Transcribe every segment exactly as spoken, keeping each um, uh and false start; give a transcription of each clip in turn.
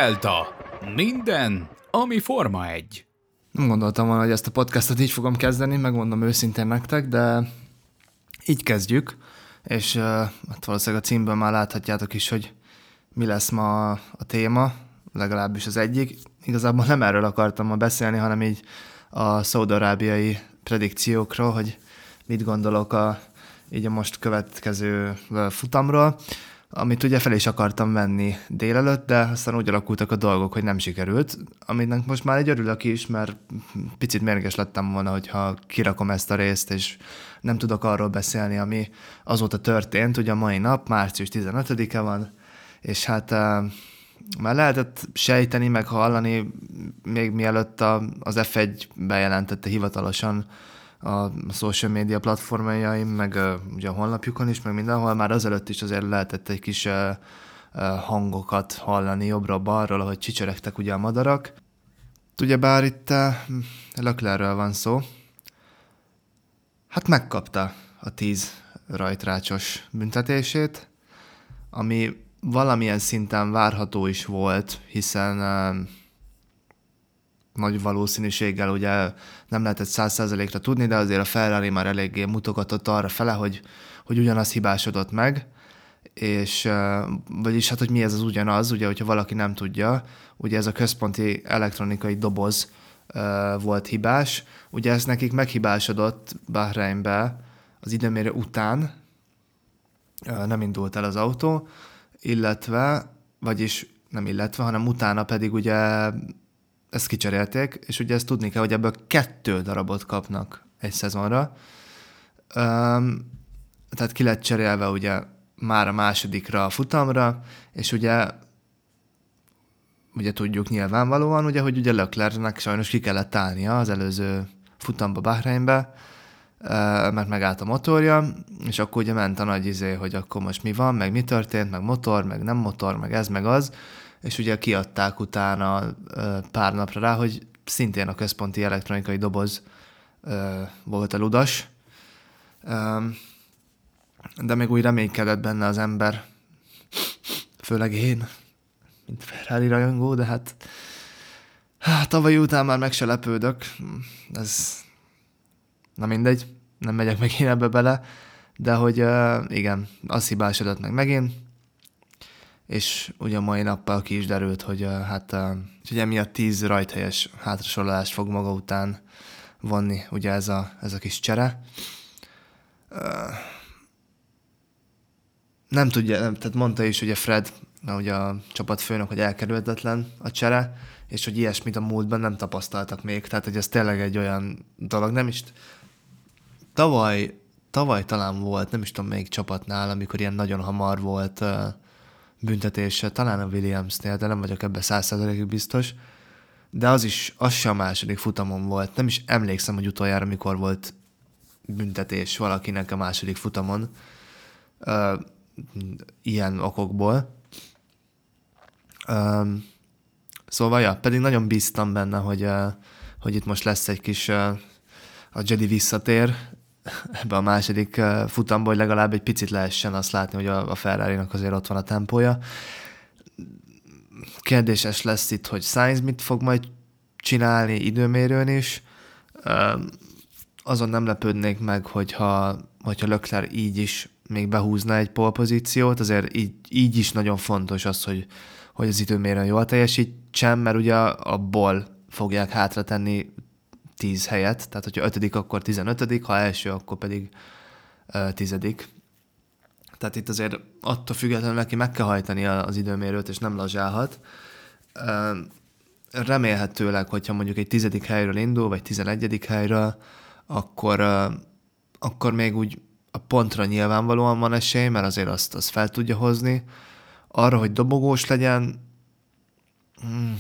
Delta. Minden, ami Forma egy. Nem gondoltam volna, hogy ezt a podcastot így fogom kezdeni, megmondom őszintén nektek, de így kezdjük, és uh, hát valószínűleg a címből már láthatjátok is, hogy mi lesz ma a téma, legalábbis az egyik. Igazából nem erről akartam ma beszélni, hanem így a szaúd-arábiai predikciókról, hogy mit gondolok a, így a most következő futamról, amit ugye fel is akartam venni délelőtt, de aztán úgy alakultak a dolgok, hogy nem sikerült, aminek most már egy örülök is, mert picit mérges lettem volna, hogyha kirakom ezt a részt, és nem tudok arról beszélni, ami azóta történt. Ugye a mai nap, március tizenötödike van, és hát uh, már lehetett sejteni, meg hallani, még mielőtt a, az ef egy bejelentette hivatalosan a social media platformjaim, meg uh, ugye a honlapjukon is, meg mindenhol, már azelőtt is azért lehetett egy kis uh, uh, hangokat hallani jobbra-balról, ahogy csicseregtek ugye a madarak. Ugyebár itt uh, Leclercről van szó. Hát megkapta a tíz rajtrácsos büntetését, ami valamilyen szinten várható is volt, hiszen uh, nagy valószínűséggel ugye nem lehetett száz százalékra tudni, de azért a Ferrari már eléggé mutogatott arra fele, hogy, hogy ugyanaz hibásodott meg, és vagyis hát, hogy mi ez az ugyanaz, ugye, hogyha valaki nem tudja, ugye ez a központi elektronikai doboz uh, volt hibás, ugye ez nekik meghibásodott Bahreinbe az időmérő után, uh, nem indult el az autó, illetve, vagyis nem illetve, hanem utána pedig ugye ezt kicserélték, és ugye ezt tudni kell, hogy ebből kettő darabot kapnak egy szezonra. Um, tehát ki lett cserélve ugye már a másodikra a futamra, és ugye ugye tudjuk nyilvánvalóan, ugye, hogy ugye Leclercnek sajnos ki kellett állnia az előző futamba Bahreinbe, uh, mert megállt a motorja, és akkor ugye ment a nagy izé, hogy akkor most mi van, meg mi történt, meg motor, meg nem motor, meg ez, meg az, és ugye kiadták utána pár napra rá, hogy szintén a központi elektronikai doboz volt a ludas. De még úgy reménykedett benne az ember, főleg én, mint Ferrari rajongó, de hát, hát tavaly után már meg se lepődök. Ez, na mindegy, nem megyek meg én ebbe bele, de hogy igen, az hibásodott meg megint, és ugye mai nappal ki is derült, hogy uh, hát uh, ugye emiatt tíz rajthelyes hátrasorolást fog maga után vonni, ugye ez a, ez a kis csere. Uh, nem tudja, nem, tehát mondta is ugye Fred, ugye a csapatfőnök, hogy elkerülhetetlen a csere, és hogy ilyesmit a múltban nem tapasztaltak még, tehát hogy ez tényleg egy olyan dolog, nem is tavaly, tavaly talán volt, nem is tudom melyik csapatnál, amikor ilyen nagyon hamar volt uh, büntetése, talán a Williamsnél, de nem vagyok ebben száz százalékig biztos, de az is, az sem a második futamon volt. Nem is emlékszem, hogy utoljára mikor volt büntetés valakinek a második futamon, uh, ilyen okokból. Uh, szóval, ja, pedig nagyon bíztam benne, hogy, uh, hogy itt most lesz egy kis, uh, a Jedi visszatér ebbe a második uh, futamba, hogy legalább egy picit lehessen azt látni, hogy a, a Ferrari-nak azért ott van a tempója. Kérdéses lesz itt, hogy Sainz mit fog majd csinálni időmérőn is. Uh, azon nem lepődnék meg, hogyha, hogyha Leclerc így is még behúzna egy pole pozíciót, azért így, így is nagyon fontos az, hogy, hogy az időmérőn jól teljesítsen, mert ugye abból fogják hátratenni tíz helyet, tehát hogyha ötödik, akkor tizenötödik, ha első, akkor pedig uh, tizedik. Tehát itt azért attól függetlenül neki meg kell hajtani az időmérőt, és nem lazsálhat. Uh, remélhetőleg, hogyha mondjuk egy tizedik helyről indul, vagy tizenegyedik helyről, akkor, uh, akkor még úgy a pontra nyilvánvalóan van esély, mert azért azt, azt fel tudja hozni. Arra, hogy dobogós legyen, hmm,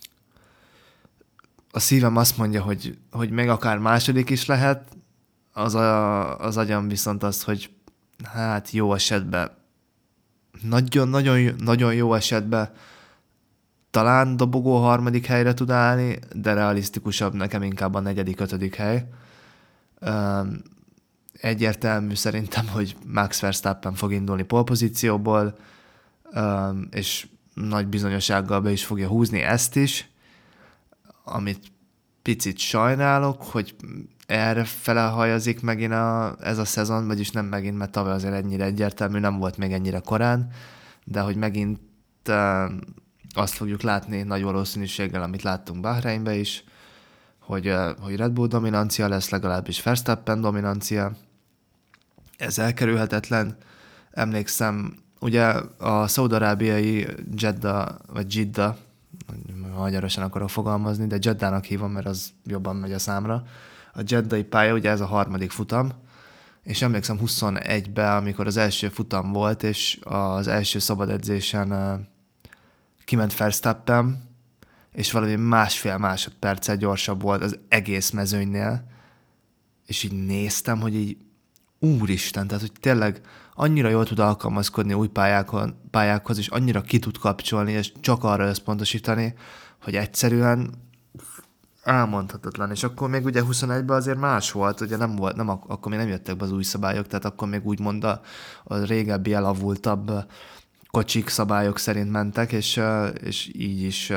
a szívem azt mondja, hogy, hogy még akár második is lehet, az, a, az agyam viszont az, hogy hát jó esetben, nagyon-nagyon nagyon jó esetben talán dobogó harmadik helyre tud állni, de realisztikusabb nekem inkább a negyedik, ötödik hely. Um, egyértelmű szerintem, hogy Max Verstappen fog indulni pole pozícióból, um, és nagy bizonyossággal be is fogja húzni ezt is, amit picit sajnálok, hogy erre felelhajazik megint a, ez a szezon, vagyis nem megint, mert tavaly azért ennyire egyértelmű, nem volt még ennyire korán, de hogy megint uh, azt fogjuk látni nagy valószínűséggel, amit láttunk Bahreinbe is, hogy, uh, hogy Red Bull dominancia lesz, legalábbis Verstappen dominancia. Ez elkerülhetetlen. Emlékszem, ugye a szaudarábiai Jeddah, vagy Jeddah, magyarosan akarok fogalmazni, de Jeddának hívom, mert az jobban megy a számra. A Jeddahi pálya, ugye ez a harmadik futam, és emlékszem huszonegyben, amikor az első futam volt, és az első szabad edzésen uh, kiment Verstappen, és valami másfél másodperccel gyorsabb volt az egész mezőnynél, és így néztem, hogy így úristen, tehát hogy tényleg annyira jól tud alkalmazkodni új pályákon, pályákhoz, és annyira ki tud kapcsolni, és csak arra összpontosítani, hogy egyszerűen elmondhatatlan. És akkor még ugye huszonegyben azért más volt, ugye nem volt, nem, akkor még nem jöttek be az új szabályok, tehát akkor még úgymond a, a régebbi elavultabb kocsik szabályok szerint mentek, és, és így is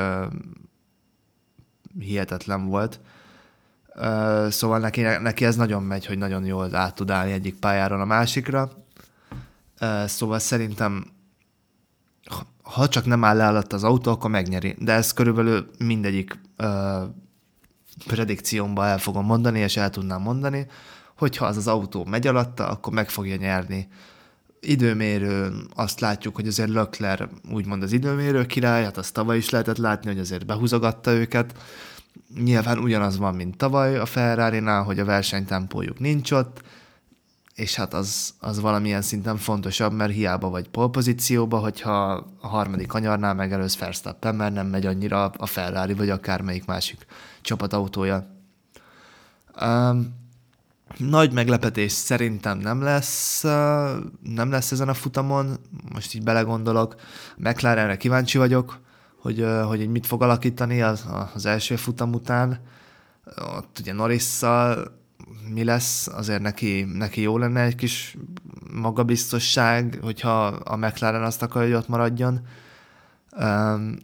hihetetlen volt. Szóval neki, neki ez nagyon megy, hogy nagyon jól át tud állni egyik pályáról a másikra. Szóval szerintem ha csak nem áll le alatt az autó, akkor megnyeri. De ez körülbelül mindegyik uh, predikciómban el fogom mondani, és el tudnám mondani, hogyha az az autó megy alatta, akkor meg fogja nyerni. Időmérőn azt látjuk, hogy azért Leclerc úgymond az időmérő király, hát azt tavaly is lehetett látni, hogy azért behúzogatta őket. Nyilván ugyanaz van, mint tavaly a Ferrarinál, hogy a versenytempójuk nincs ott, és hát az, az valamilyen szinten fontosabb, mert hiába vagy polpozícióba, hogyha a harmadik kanyarnál megelőz Verstappen, mert nem megy annyira a Ferrari, vagy akármelyik másik csapatautója. Um, nagy meglepetés szerintem nem lesz, uh, nem lesz ezen a futamon, most így belegondolok. McLarenre kíváncsi vagyok, hogy, uh, hogy mit fog alakítani az, az első futam után. Ott ugye Norrisszal mi lesz, azért neki, neki jó lenne egy kis magabiztosság, hogyha a McLaren azt akarja, hogy ott maradjon. Um,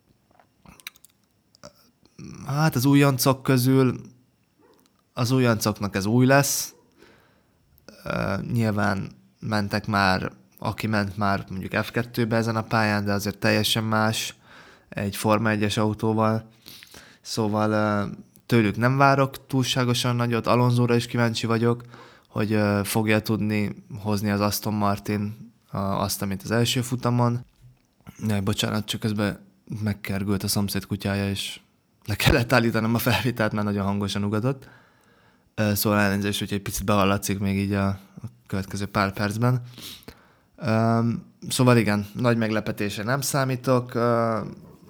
hát az újoncok közül az újoncoknak ez új lesz. Uh, nyilván mentek már, aki ment már mondjuk ef kettőbe ezen a pályán, de azért teljesen más egy Forma egyes autóval. Szóval uh, tőlük nem várok túlságosan nagyot, Alonsóra is kíváncsi vagyok, hogy uh, fogja tudni hozni az Aston Martin uh, azt, amit az első futamon. Ne, bocsánat, csak közben megkergült a szomszéd kutyája, és le kellett állítanom a felvételt, mert nagyon hangosan ugatott. Uh, szóval elnézést, hogy egy picit behallatszik még így a, a következő pár percben. Uh, szóval igen, nagy meglepetésre nem számítok, uh,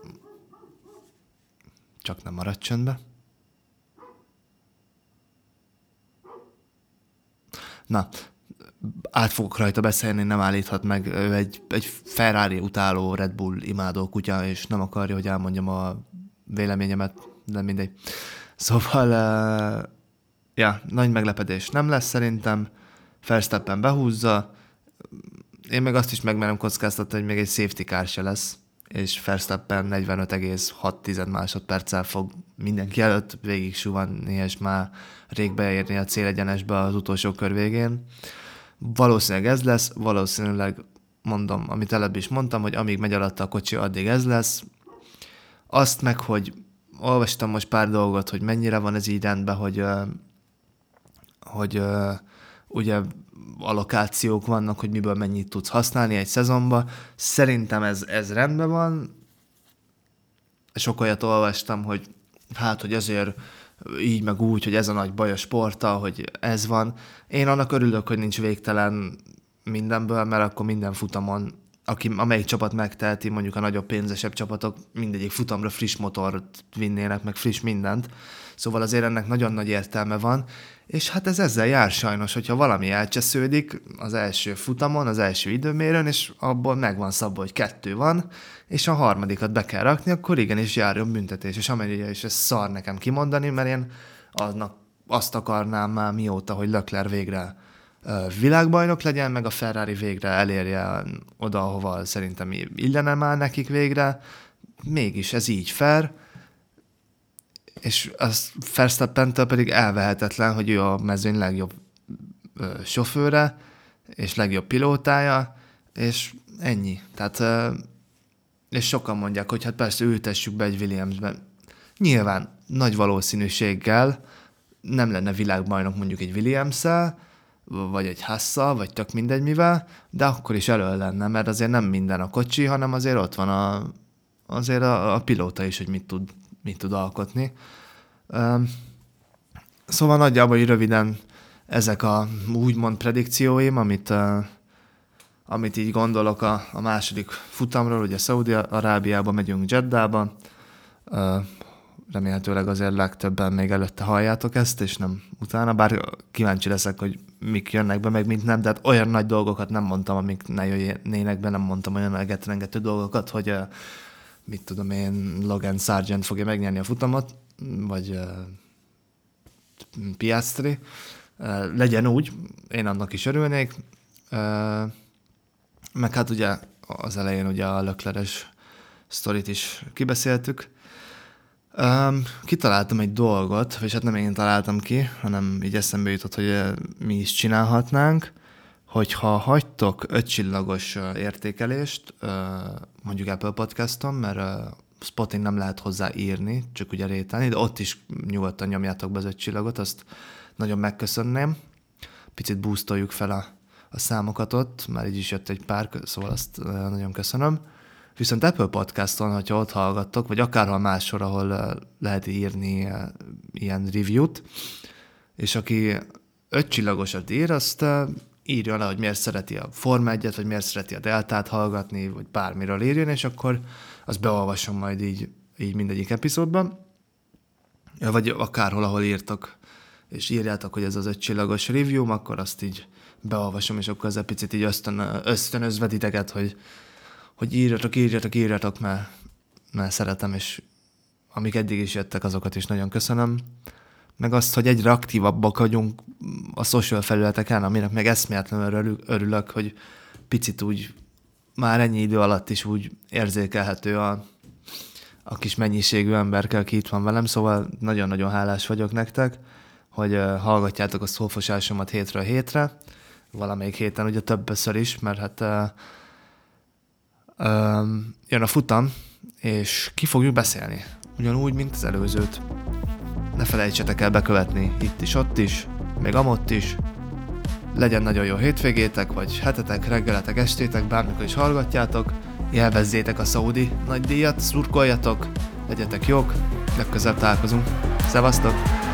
csak nem maradj csöndbe. Na, át fogok rajta beszélni, nem állíthat meg. Ő egy, egy Ferrari utáló, Red Bull imádó kutya, és nem akarja, hogy elmondjam a véleményemet, de mindegy. Szóval, uh, ja, nagy meglepetés nem lesz szerintem. Verstappen behúzza. Én meg azt is megmerem kockáztatni, hogy még egy safety car se lesz, és Verstappen negyvenöt egész hat másodperccel fog mindenki előtt végig suvanni, és már rég beérni a célegyenesbe az utolsó kör végén. Valószínűleg ez lesz, valószínűleg mondom, amit előbb is mondtam, hogy amíg megy alatta a kocsi, addig ez lesz. Azt meg, hogy olvastam most pár dolgot, hogy mennyire van ez így rendben, hogy, hogy ugye allokációk vannak, hogy miből mennyit tudsz használni egy szezonban. Szerintem ez, ez rendben van. Sok olyat olvastam, hogy hát, hogy azért így meg úgy, hogy ez a nagy baj a sporttal, hogy ez van. Én annak örülök, hogy nincs végtelen mindenből, mert akkor minden futamon, aki, amelyik csapat megteheti, mondjuk a nagyobb pénzesebb csapatok mindegyik futamra friss motort vinnének, meg friss mindent. Szóval azért ennek nagyon nagy értelme van, és hát ez ezzel jár sajnos, hogyha valami elcsesződik az első futamon, az első időmérőn, és abból megvan szabva, hogy kettő van, és a harmadikat be kell rakni, akkor igenis járjon büntetés. És amennyire is ez szar nekem kimondani, mert én aznak azt akarnám már mióta, hogy Leclerc végre világbajnok legyen, meg a Ferrari végre elérje oda, ahova szerintem illene már nekik végre. Mégis ez így fair, és az Verstappentől pedig elvehetetlen, hogy ő a mezőny legjobb ö, sofőre, és legjobb pilótája, és ennyi. Tehát, ö, és sokan mondják, hogy hát persze ültessük be egy Williamsben. Nyilván nagy valószínűséggel nem lenne világbajnok mondjuk egy Williams-szel, vagy egy Hasszal, vagy tök mindegy mivel, de akkor is elő lenne, mert azért nem minden a kocsi, hanem azért ott van a, azért a, a pilóta is, hogy mit tud, mit tud alkotni. Um, szóval nagyjából röviden ezek a úgymond predikcióim, amit, uh, amit így gondolok a, a második futamról, ugye Szaúd-Arábiába megyünk, Jeddába. Uh, remélhetőleg azért legtöbben még előtte halljátok ezt, és nem utána, bár kíváncsi leszek, hogy mik jönnek be, meg mint nem, de hát olyan nagy dolgokat nem mondtam, amik ne jöjjenek be, nem mondtam olyan egetrengető dolgokat, hogy uh, mit tudom én, Logan Sargent fogja megnyerni a futamot, vagy uh, Piastri. Uh, legyen úgy, én annak is örülnék. Uh, meg hát ugye az elején ugye a Leclerc-es sztorit is kibeszéltük. Um, kitaláltam egy dolgot, és hát nem én találtam ki, hanem így eszembe jutott, hogy mi is csinálhatnánk, hogyha hagytok öt csillagos értékelést, mondjuk Apple Podcaston, mert Spotin nem lehet hozzá írni, csak ugye rételni, de ott is nyugodtan nyomjátok be az öt csillagot, azt nagyon megköszönném. Picit boostoljuk fel a, a számokat ott, már így is jött egy pár, szóval azt nagyon köszönöm. Viszont Apple Podcaston, hogyha ott hallgattok, vagy akárhol máshol, ahol lehet írni ilyen review-t, és aki öt csillagosat ír, azt írja le, hogy miért szereti a Forma egyet, vagy miért szereti a Deltát hallgatni, vagy bármiről írjon, és akkor azt beolvasom majd így, így mindegyik epizódban. Vagy akárhol, ahol írtok, és írjátok, hogy ez az öt csillagos review, akkor azt így beolvasom, és akkor ez egy picit így ösztön, ösztönözve titeket, hogy hogy írjatok, írjatok, írjatok, mert, mert szeretem, és amik eddig is jöttek, azokat is nagyon köszönöm. Meg azt, hogy egyre aktívabbak vagyunk a social felületeken, aminek meg eszméletlenül örülök, hogy picit úgy már ennyi idő alatt is úgy érzékelhető a, a kis mennyiségű emberkel, aki itt van velem, szóval nagyon-nagyon hálás vagyok nektek, hogy uh, hallgatjátok a szófosásomat hétről hétre, valamelyik héten ugye többször is, mert hát uh, um, jön a futam, és ki fogjuk beszélni, ugyanúgy, mint az előzőt. Ne felejtsetek el bekövetni itt is, ott is, még amott is. Legyen nagyon jó hétvégétek, vagy hetetek, reggeletek, estétek, bármikor is hallgatjátok. Élvezzétek a szaudi nagydíjat, szurkoljatok, legyetek jók, legközelebb találkozunk. Szevasztok!